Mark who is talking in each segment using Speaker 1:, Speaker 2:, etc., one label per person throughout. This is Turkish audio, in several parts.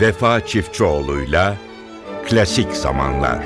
Speaker 1: Vefa Çiftçioğlu'yla Klasik Zamanlar.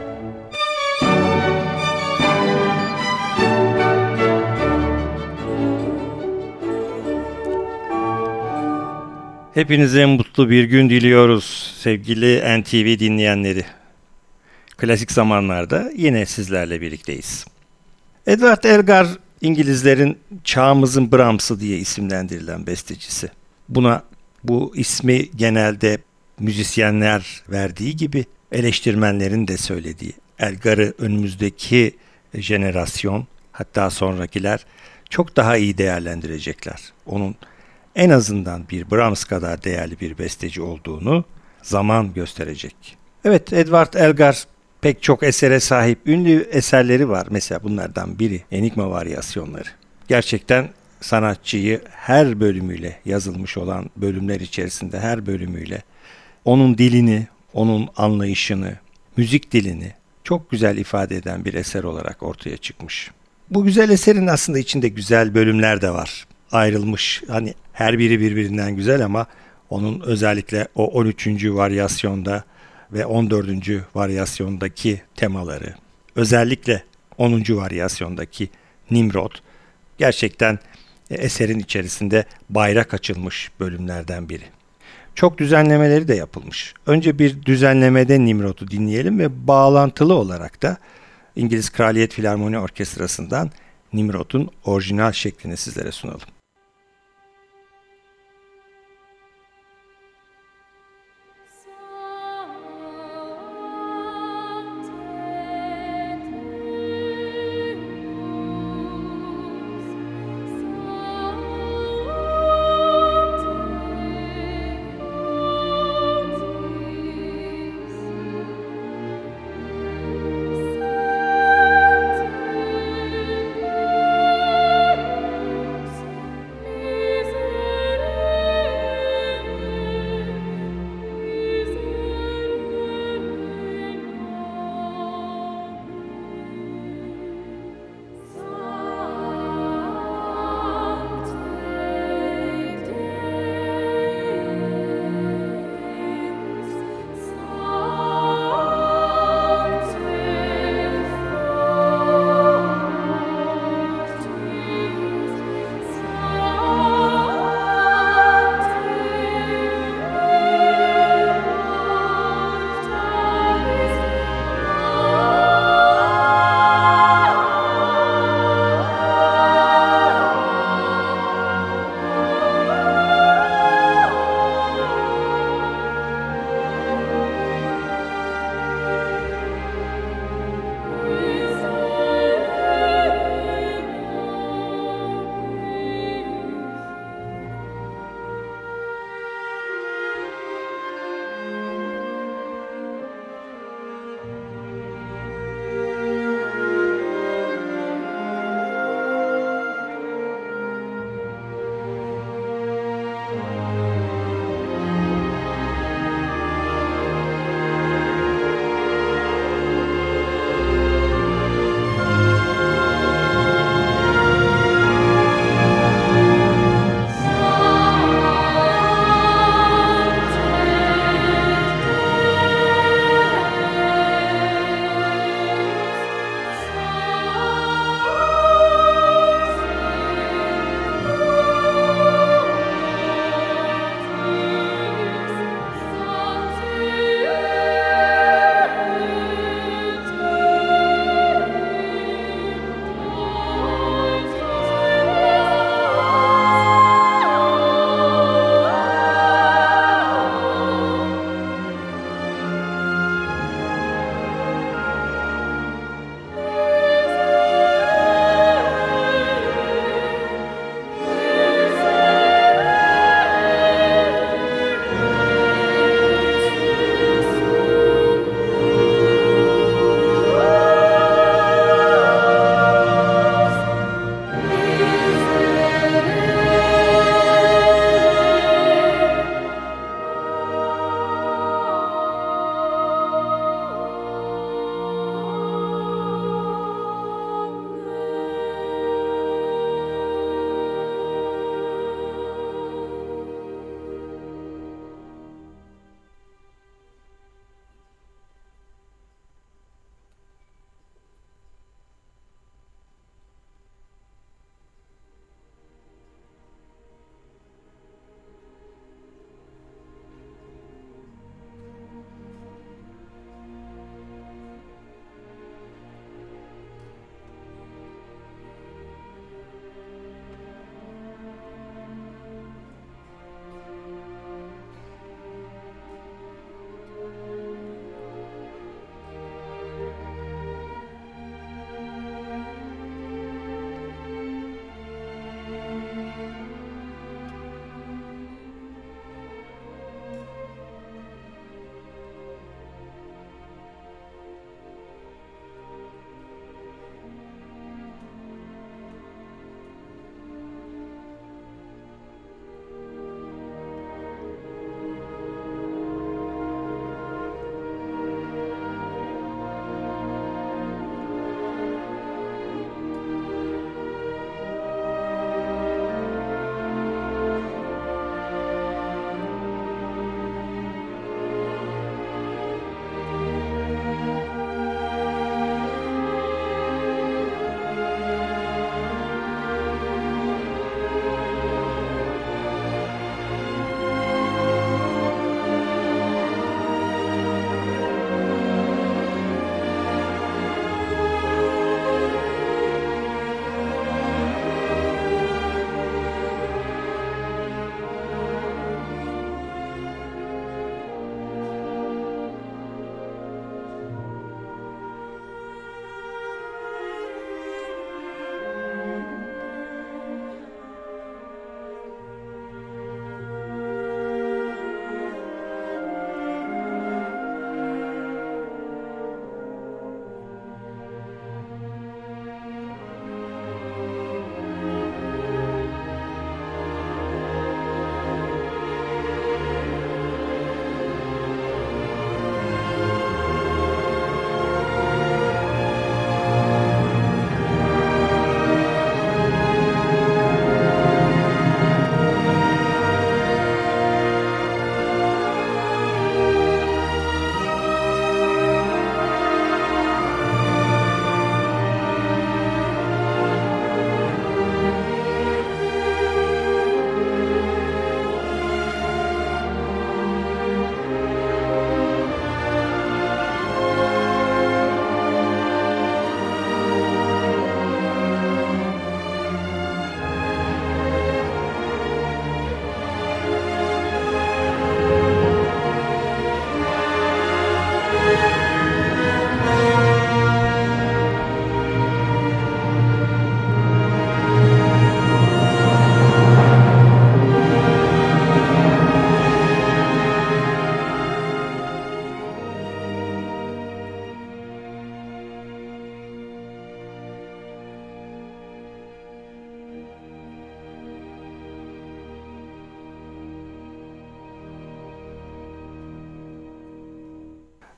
Speaker 2: Hepinize mutlu bir gün diliyoruz sevgili NTV dinleyenleri. Klasik Zamanlar'da yine sizlerle birlikteyiz. Edward Elgar, İngilizlerin çağımızın Brahms'ı diye isimlendirilen bestecisi. Bu ismi genelde müzisyenler verdiği gibi eleştirmenlerin de söylediği. Elgar'ı önümüzdeki jenerasyon, hatta sonrakiler çok daha iyi değerlendirecekler. Onun en azından bir Brahms kadar değerli bir besteci olduğunu zaman gösterecek. Evet, Edward Elgar pek çok esere sahip, ünlü eserleri var. Mesela bunlardan biri Enigma Varyasyonları. Gerçekten sanatçıyı her bölümüyle, yazılmış olan bölümler içerisinde her bölümüyle onun dilini, onun anlayışını, müzik dilini çok güzel ifade eden bir eser olarak ortaya çıkmış. Bu güzel eserin aslında içinde güzel bölümler de var. Ayrılmış, hani her biri birbirinden güzel ama onun özellikle o 13. varyasyonda ve 14. varyasyondaki temaları, özellikle 10. varyasyondaki Nimrod gerçekten eserin içerisinde bayrak açılmış bölümlerden biri. Çok düzenlemeleri de yapılmış. Önce bir düzenlemede Nimrod'u dinleyelim ve bağlantılı olarak da İngiliz Kraliyet Filarmoni Orkestrası'ndan Nimrod'un orijinal şeklini sizlere sunalım.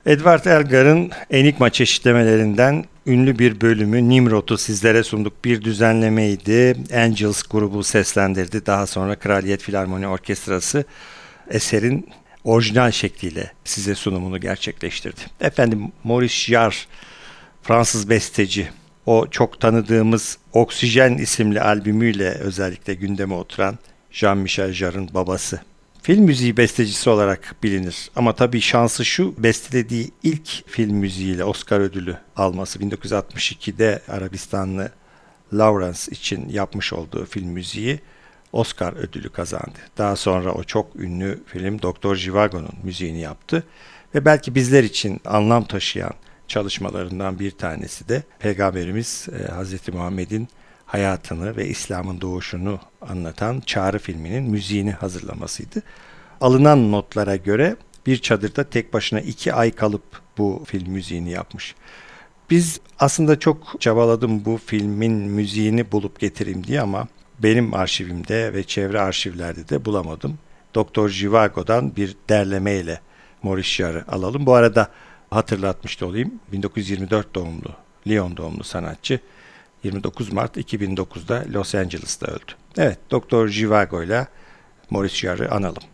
Speaker 2: Edward Elgar'ın Enigma çeşitlemelerinden ünlü bir bölümü Nimrod'u sizlere sunduk. Bir düzenlemeydi. Angels grubu seslendirdi. Daha sonra Kraliyet Filarmoni Orkestrası eserin orijinal şekliyle size sunumunu gerçekleştirdi. Efendim, Maurice Jarre, Fransız besteci. O çok tanıdığımız Oksijen isimli albümüyle özellikle gündeme oturan Jean-Michel Jarre'ın babası. Film müziği bestecisi olarak bilinir. Ama tabii şansı şu, bestelediği ilk film müziğiyle Oscar ödülü alması. 1962'de Arabistanlı Lawrence için yapmış olduğu film müziği Oscar ödülü kazandı. Daha sonra o çok ünlü film Doktor Zhivago'nun müziğini yaptı. Ve belki bizler için anlam taşıyan çalışmalarından bir tanesi de Peygamberimiz Hz. Muhammed'in hayatını ve İslam'ın doğuşunu anlatan Çağrı filminin müziğini hazırlamasıydı. Alınan notlara göre bir çadırda tek başına 2 ay kalıp bu film müziğini yapmış. Biz aslında çok çabaladım bu filmin müziğini bulup getireyim diye ama benim arşivimde ve çevre arşivlerde de bulamadım. Doktor Zhivago'dan bir derlemeyle Maurice Jarre'ı alalım. Bu arada hatırlatmış da olayım. 1924 doğumlu, Lyon doğumlu sanatçı 29 Mart 2009'da Los Angeles'ta öldü. Evet, Doktor Zhivago ile Maurice Jarre'ı analım.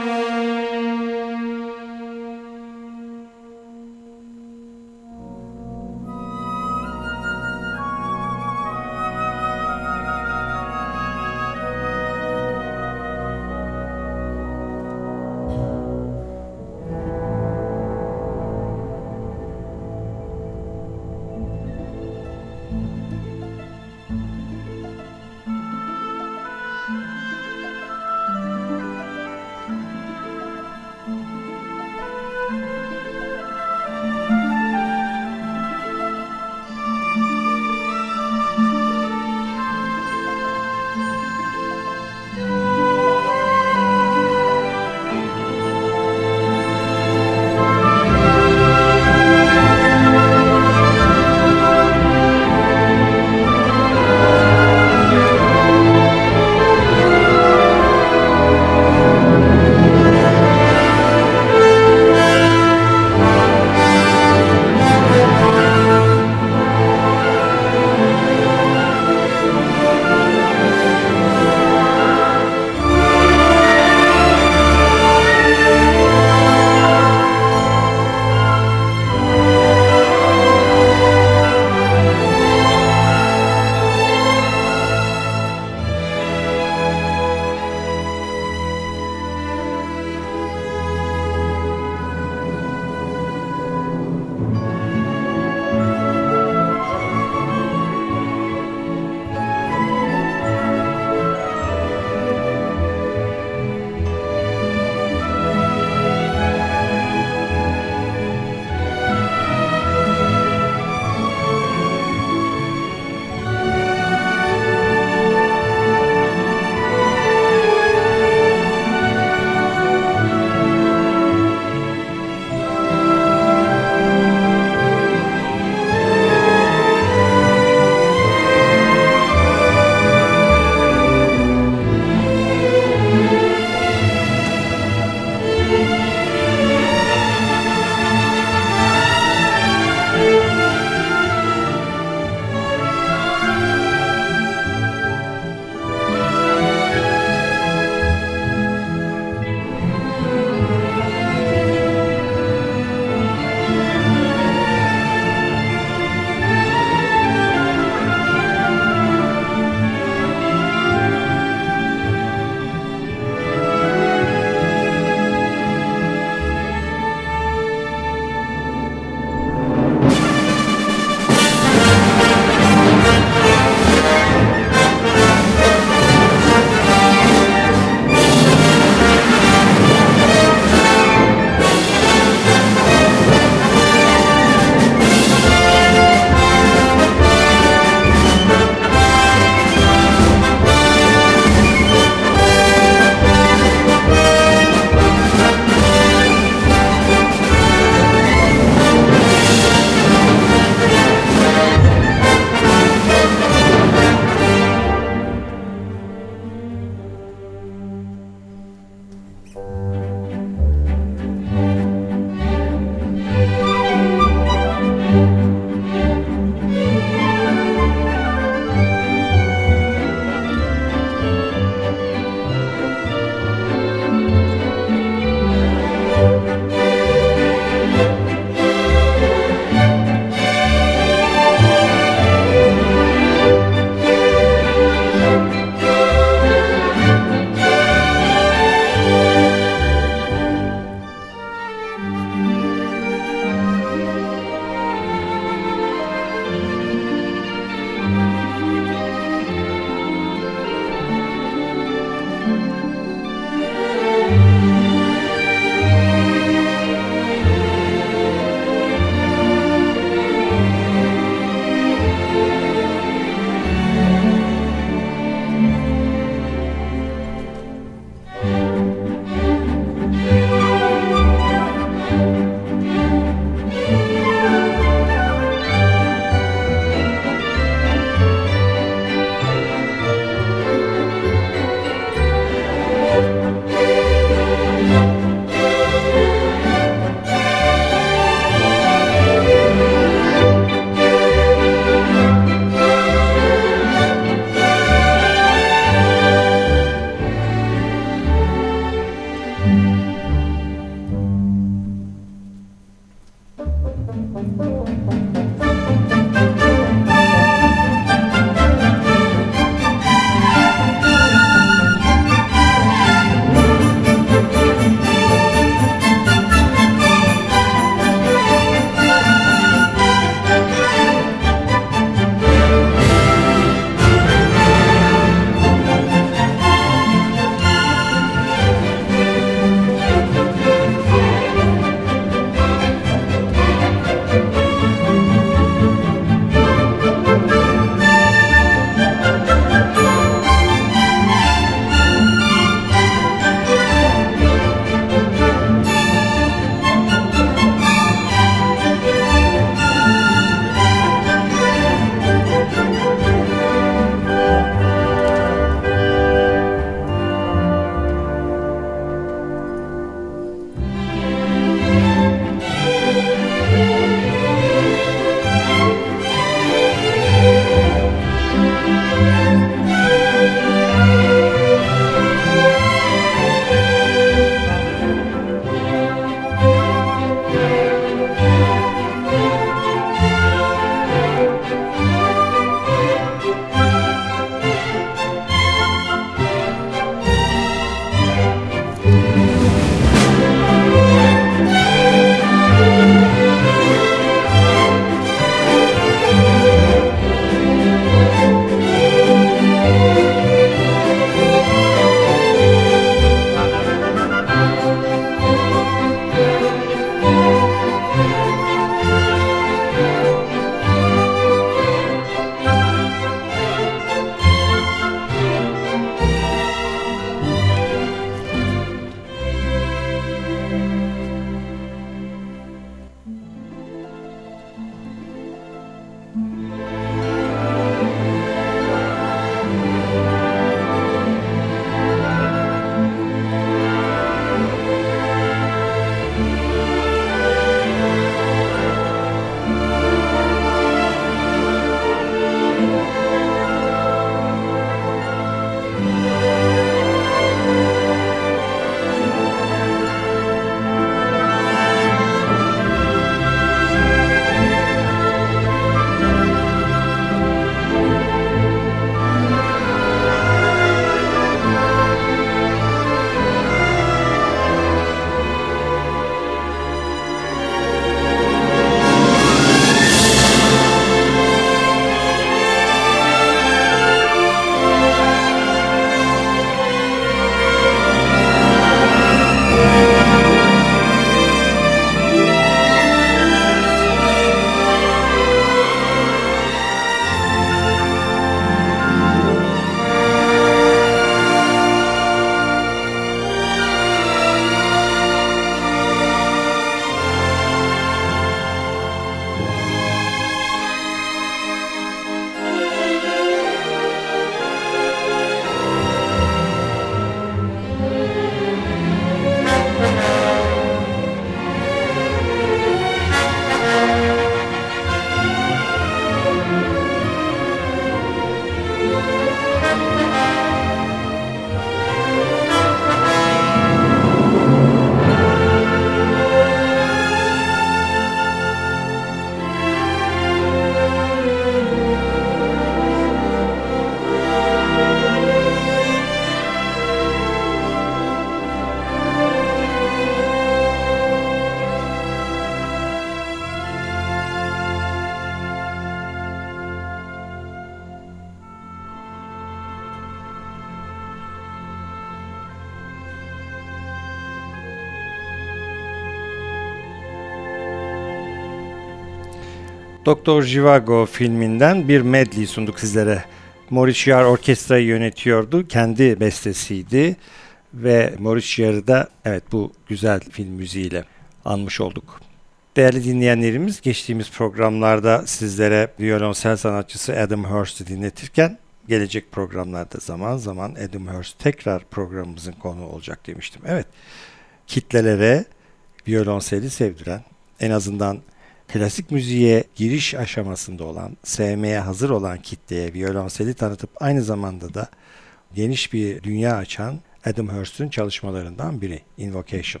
Speaker 2: Doktor Zhivago filminden bir medley sunduk sizlere. Maurice Jarre orkestrayı yönetiyordu. Kendi bestesiydi. Ve Maurice Jarre'ı da evet bu güzel film müziğiyle anmış olduk. Değerli dinleyenlerimiz, geçtiğimiz programlarda sizlere violonsel sanatçısı Adam Hurst'ı dinletirken gelecek programlarda zaman zaman Adam Hurst tekrar programımızın konuğu olacak demiştim. Evet, kitlelere violonseli sevdiren, en azından klasik müziğe giriş aşamasında olan, sevmeye hazır olan kitleye violonseli tanıtıp aynı zamanda da geniş bir dünya açan Adam Hurst'un çalışmalarından biri, Invocation.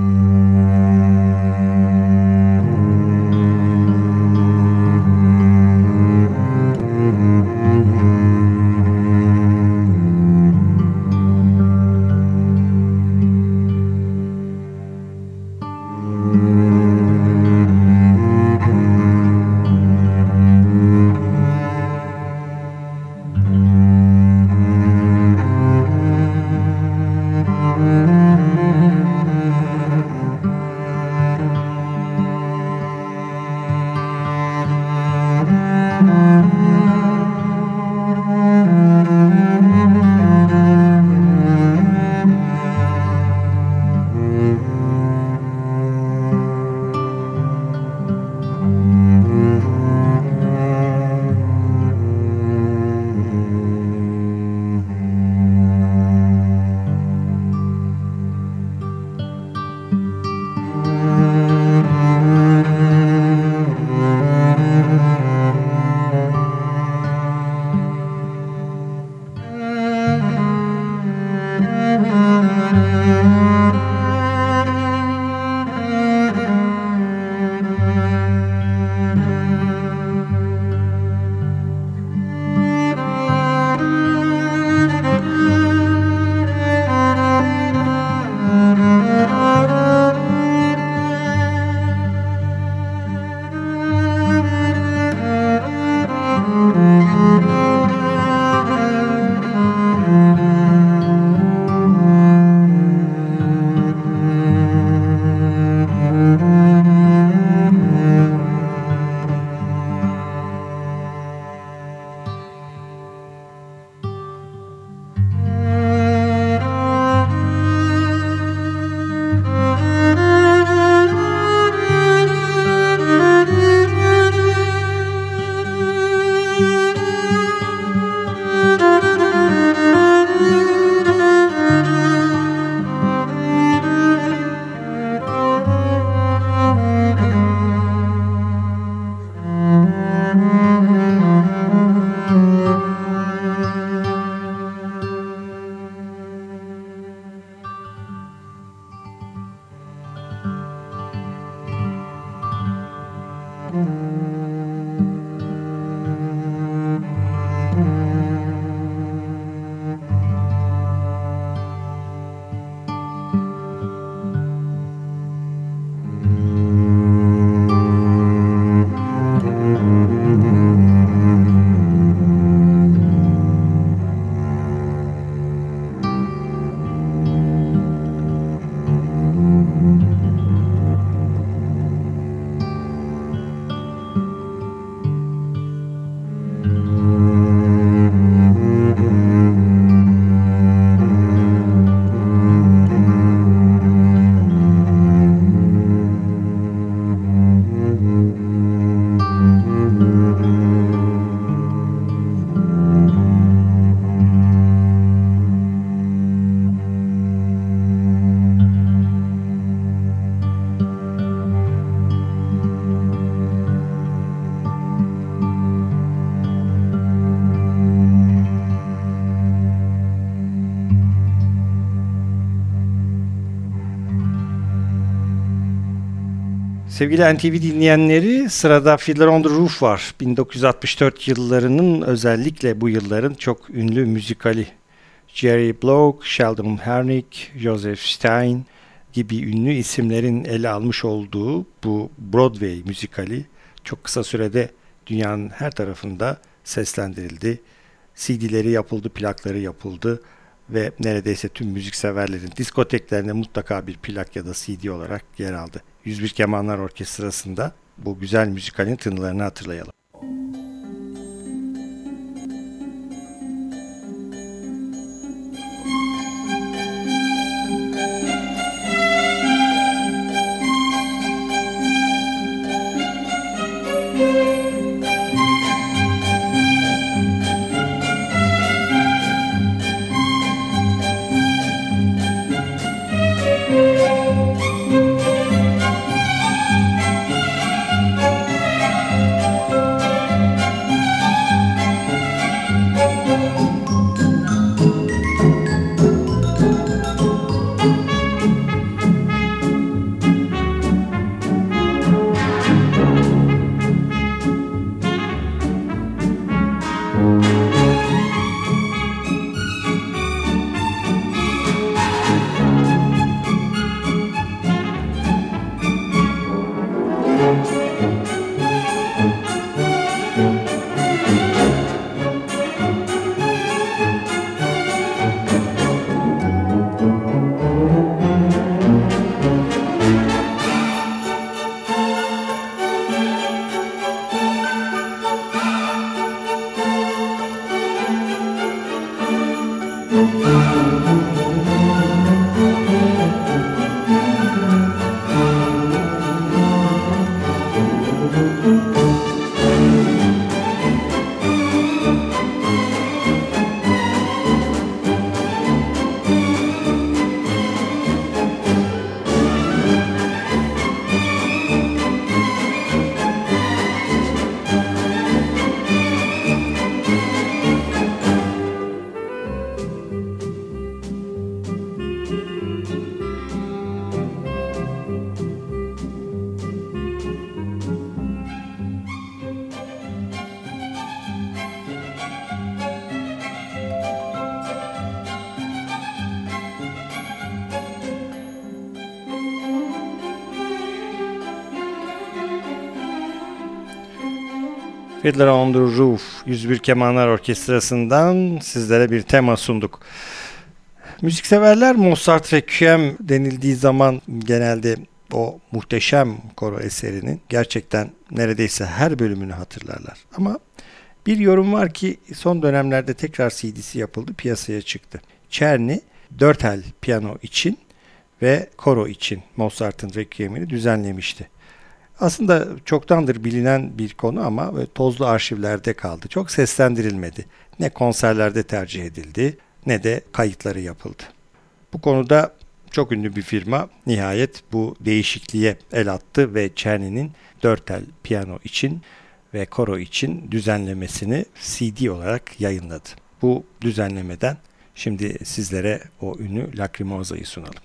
Speaker 2: Sevgili NTV dinleyenleri, sırada Fiddler on the Roof var. 1964 yıllarının, özellikle bu yılların çok ünlü müzikali. Jerry Block, Sheldon Harnick, Joseph Stein gibi ünlü isimlerin ele almış olduğu bu Broadway müzikali çok kısa sürede dünyanın her tarafında seslendirildi. CD'leri yapıldı, plakları yapıldı ve neredeyse tüm müzikseverlerin diskoteklerinde mutlaka bir plak ya da CD olarak yer aldı. 101 Kemanlar Orkestrası'nda bu güzel müzikalin tınılarını hatırlayalım. Fiddler on the Roof 101 Kemanlar Orkestrası'ndan sizlere bir tema sunduk. Müzikseverler Mozart Requiem denildiği zaman genelde o muhteşem koro eserinin gerçekten neredeyse her bölümünü hatırlarlar. Ama bir yorum var ki son dönemlerde tekrar CD'si yapıldı, piyasaya çıktı. Czerny 4 el piyano için ve koro için Mozart'ın Requiem'ini düzenlemişti. Aslında çoktandır bilinen bir konu ama tozlu arşivlerde kaldı. Çok seslendirilmedi. Ne konserlerde tercih edildi ne de kayıtları yapıldı. Bu konuda çok ünlü bir firma nihayet bu değişikliğe el attı ve Czerny'nin 4 tel piyano için ve koro için düzenlemesini CD olarak yayınladı. Bu düzenlemeden şimdi sizlere o ünlü Lacrimosa'yı sunalım.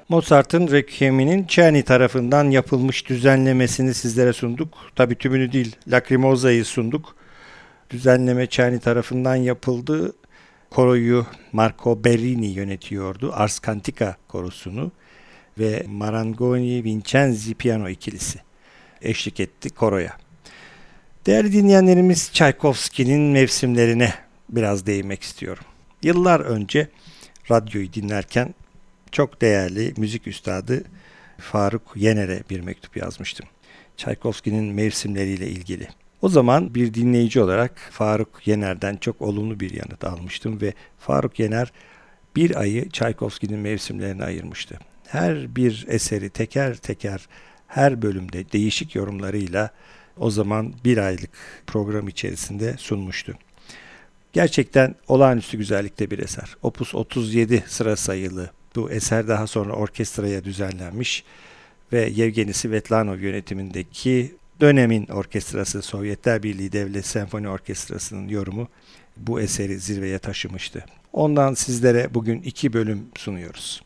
Speaker 2: Mozart'ın Requiem'inin Czerny tarafından yapılmış düzenlemesini sizlere sunduk. Tabii tümünü değil, Lacrimosa'yı sunduk. Düzenleme Czerny tarafından yapıldı. Koroyu Marco Berrini yönetiyordu. Ars Cantica korosunu ve Marangoni Vincenzi piyano ikilisi eşlik etti koroya. Değerli dinleyenlerimiz, Çaykovski'nin mevsimlerine biraz değinmek istiyorum. Yıllar önce radyoyu dinlerken çok değerli müzik üstadı Faruk Yener'e bir mektup yazmıştım. Çaykovski'nin mevsimleriyle ilgili. O zaman bir dinleyici olarak Faruk Yener'den çok olumlu bir yanıt almıştım ve Faruk Yener bir ayı Çaykovski'nin mevsimlerine ayırmıştı. Her bir eseri teker teker her bölümde değişik yorumlarıyla o zaman bir aylık program içerisinde sunmuştu. Gerçekten olağanüstü güzellikte bir eser. Opus 37 sıra sayılı. Bu eser daha sonra orkestraya düzenlenmiş ve Yevgeni Svetlanov yönetimindeki dönemin orkestrası, Sovyetler Birliği Devlet Senfoni Orkestrası'nın yorumu bu eseri zirveye taşımıştı. Ondan sizlere bugün 2 bölüm sunuyoruz.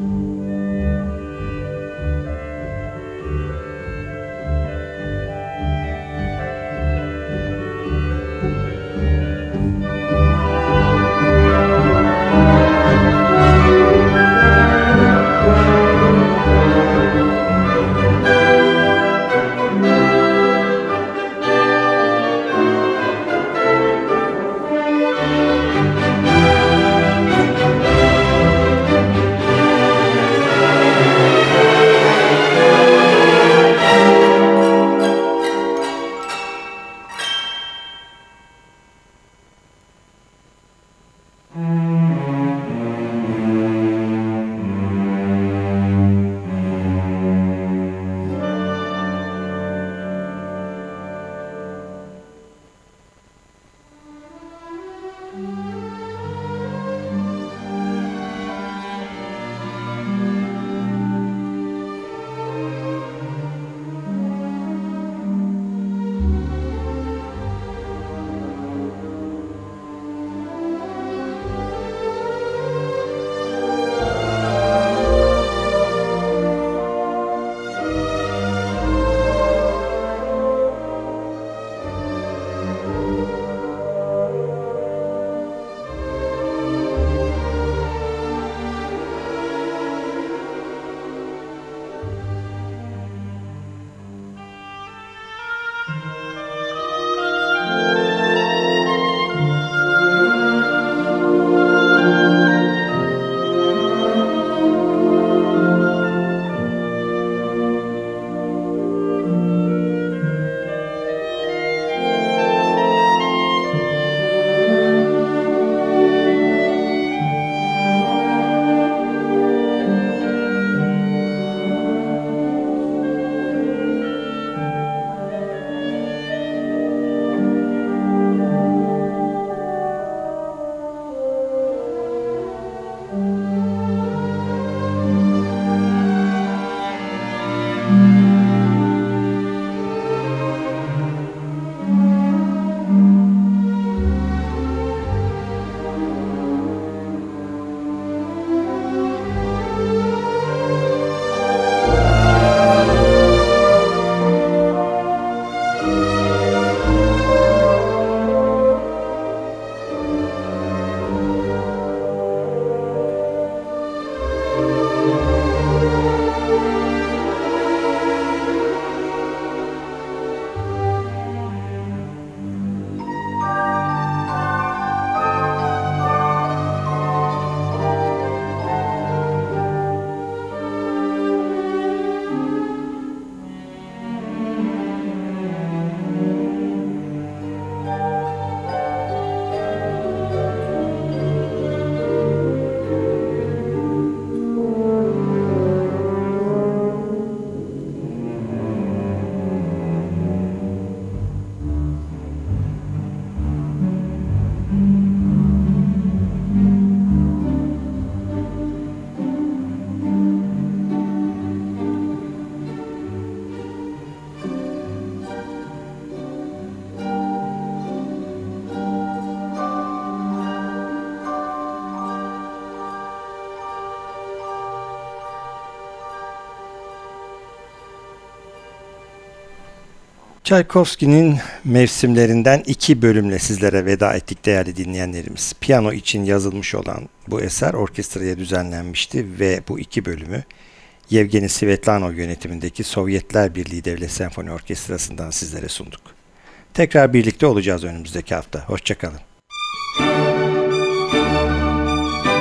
Speaker 2: Tchaikovsky'nin mevsimlerinden 2 bölümle sizlere veda ettik değerli dinleyenlerimiz. Piyano için yazılmış olan bu eser orkestraya düzenlenmişti ve bu 2 bölümü Yevgeni Svetlanov yönetimindeki Sovyetler Birliği Devlet Senfoni Orkestrası'ndan sizlere sunduk. Tekrar birlikte olacağız önümüzdeki hafta. Hoşçakalın.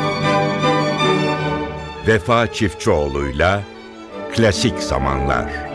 Speaker 1: Vefa Çiftçioğlu'yla Klasik Zamanlar.